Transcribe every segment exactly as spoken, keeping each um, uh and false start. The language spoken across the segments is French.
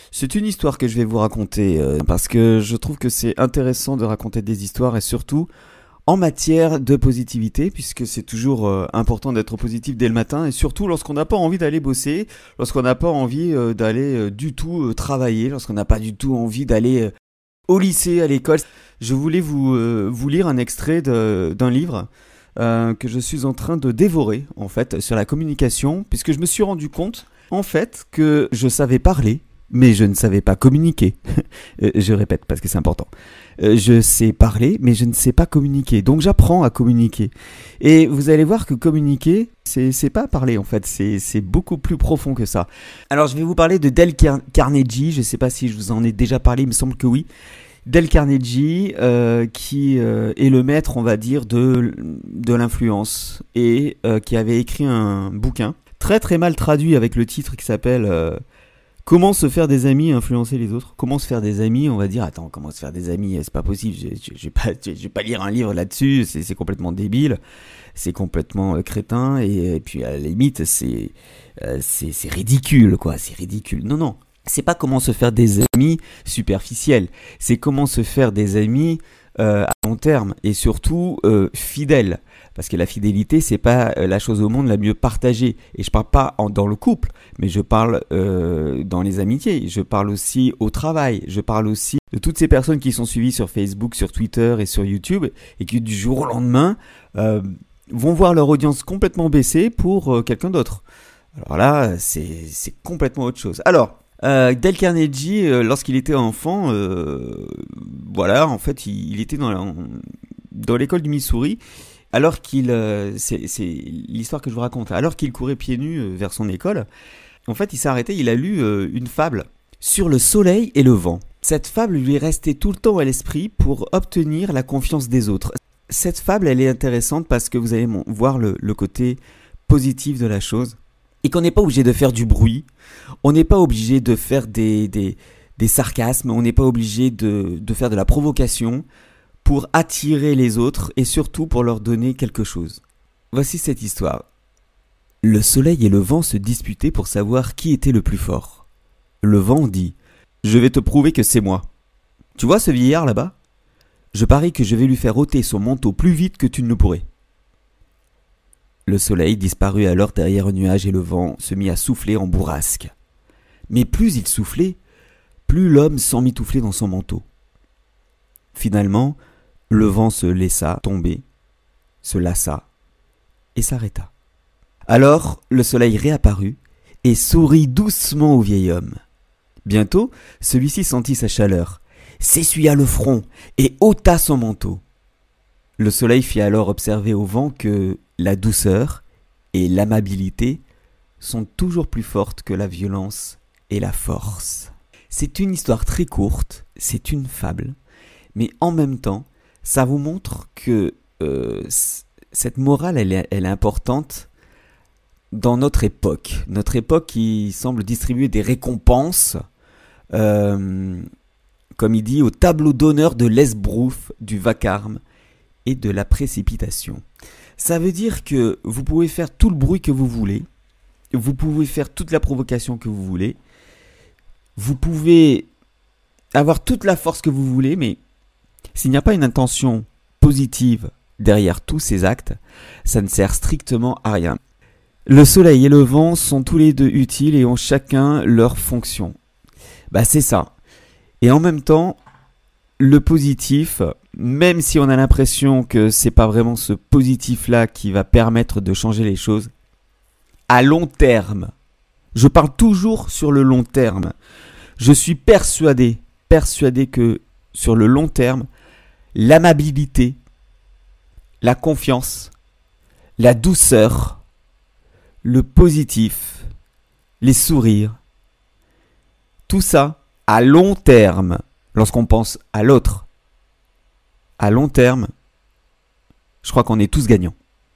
C'est une histoire que je vais vous raconter euh, parce que je trouve que c'est intéressant de raconter des histoires et surtout en matière de positivité puisque c'est toujours euh, important d'être positif dès le matin et surtout lorsqu'on n'a pas envie d'aller bosser, lorsqu'on n'a pas envie euh, d'aller euh, du tout euh, travailler, lorsqu'on n'a pas du tout envie d'aller euh, au lycée, à l'école. Je voulais vous, euh, vous lire un extrait de, d'un livre euh, que je suis en train de dévorer en fait sur la communication puisque je me suis rendu compte en fait que je savais parler mais je ne savais pas communiquer. Je répète parce que c'est important. Je sais parler, mais je ne sais pas communiquer. Donc j'apprends à communiquer. Et vous allez voir que communiquer, c'est, c'est pas parler en fait. C'est, c'est beaucoup plus profond que ça. Alors je vais vous parler de Dale Car- Carnegie. Je ne sais pas si je vous en ai déjà parlé, il me semble que oui. Dale Carnegie, euh, qui euh, est le maître, on va dire, de, de l'influence. Et euh, qui avait écrit un bouquin, très très mal traduit avec le titre qui s'appelle... Euh, Comment se faire des amis et influencer les autres? Comment se faire des amis? On va dire, attends, comment se faire des amis? C'est pas possible, je, je, je, vais pas, je, je vais pas lire un livre là-dessus, c'est, c'est complètement débile, c'est complètement euh, crétin, et, et puis à la limite, c'est, euh, c'est, c'est ridicule, quoi, c'est ridicule. Non, non, c'est pas comment se faire des amis superficiels, c'est comment se faire des amis euh, à long terme, et surtout euh, fidèles. Parce que la fidélité, c'est pas la chose au monde la mieux partagée. Et je parle pas en, dans le couple, mais je parle euh, dans les amitiés. Je parle aussi au travail. Je parle aussi de toutes ces personnes qui sont suivies sur Facebook, sur Twitter et sur YouTube et qui du jour au lendemain euh, vont voir leur audience complètement baisser pour euh, quelqu'un d'autre. Alors là, c'est, c'est complètement autre chose. Alors, euh, Dale Carnegie, euh, lorsqu'il était enfant, euh, voilà, en fait, il, il était dans, la, dans l'école du Missouri. Alors qu'il, euh, c'est, c'est l'histoire que je vous raconte, alors qu'il courait pieds nus euh, vers son école, en fait il s'est arrêté, il a lu euh, une fable sur le soleil et le vent. Cette fable lui est restée tout le temps à l'esprit pour obtenir la confiance des autres. Cette fable, elle est intéressante parce que vous allez voir le, le côté positif de la chose et qu'on n'est pas obligé de faire du bruit, on n'est pas obligé de faire des, des, des sarcasmes, on n'est pas obligé de, de faire de la provocation pour attirer les autres et surtout pour leur donner quelque chose. Voici cette histoire. Le soleil et le vent se disputaient pour savoir qui était le plus fort. Le vent dit « Je vais te prouver que c'est moi. Tu vois ce vieillard là-bas ? Je parie que je vais lui faire ôter son manteau plus vite que tu ne le pourrais. » Le soleil disparut alors derrière un nuage et le vent se mit à souffler en bourrasque. Mais plus il soufflait, plus l'homme s'emmitouflait dans son manteau. Finalement, le vent se laissa tomber, se lassa et s'arrêta. Alors le soleil réapparut et sourit doucement au vieil homme. Bientôt, celui-ci sentit sa chaleur, s'essuya le front et ôta son manteau. Le soleil fit alors observer au vent que la douceur et l'amabilité sont toujours plus fortes que la violence et la force. C'est une histoire très courte, c'est une fable, mais en même temps, ça vous montre que euh, c- cette morale, elle est, elle est importante dans notre époque. Notre époque qui semble distribuer des récompenses, euh, comme il dit, au tableau d'honneur de l'esbrouf, du vacarme et de la précipitation. Ça veut dire que vous pouvez faire tout le bruit que vous voulez, vous pouvez faire toute la provocation que vous voulez, vous pouvez avoir toute la force que vous voulez, mais s'il n'y a pas une intention positive derrière tous ces actes, ça ne sert strictement à rien. Le soleil et le vent sont tous les deux utiles et ont chacun leur fonction. Bah c'est ça. Et en même temps, le positif, même si on a l'impression que c'est pas vraiment ce positif-là qui va permettre de changer les choses, à long terme, je parle toujours sur le long terme, je suis persuadé, persuadé que sur le long terme, l'amabilité, la confiance, la douceur, le positif, les sourires, tout ça à long terme, lorsqu'on pense à l'autre, à long terme, je crois qu'on est tous gagnants.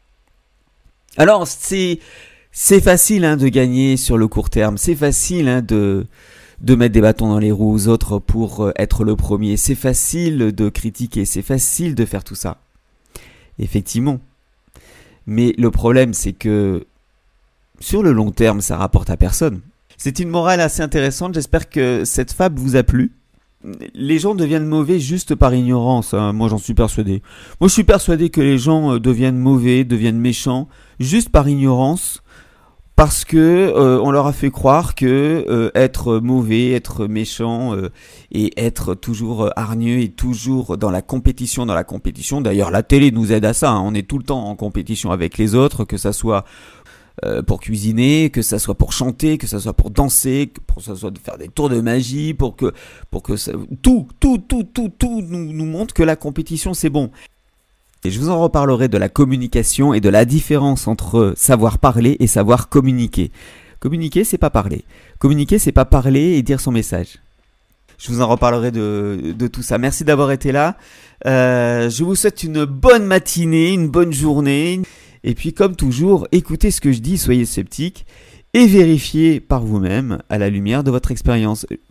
Alors c'est, c'est facile hein, de gagner sur le court terme, c'est facile hein, de... de mettre des bâtons dans les roues aux autres pour être le premier. C'est facile de critiquer, c'est facile de faire tout ça. Effectivement. Mais le problème, c'est que sur le long terme, ça rapporte à personne. C'est une morale assez intéressante, j'espère que cette fable vous a plu. Les gens deviennent mauvais juste par ignorance, hein. Moi j'en suis persuadé. Moi je suis persuadé que les gens deviennent mauvais, deviennent méchants, juste par ignorance, parce que euh, on leur a fait croire que euh, être mauvais, être méchant euh, et être toujours hargneux et toujours dans la compétition, dans la compétition. D'ailleurs la télé nous aide à ça, hein. On est tout le temps en compétition avec les autres, que ça soit Euh, pour cuisiner, que ça soit pour chanter, que ça soit pour danser, que pour ça soit de faire des tours de magie, pour que, pour que ça, tout, tout, tout, tout, tout nous, nous montre que la compétition c'est bon. Et je vous en reparlerai de la communication et de la différence entre savoir parler et savoir communiquer. Communiquer, c'est pas parler. Communiquer, c'est pas parler et dire son message. Je vous en reparlerai de, de tout ça. Merci d'avoir été là. Euh, je vous souhaite une bonne matinée, une bonne journée. Et puis comme toujours, écoutez ce que je dis, soyez sceptiques et vérifiez par vous-même à la lumière de votre expérience.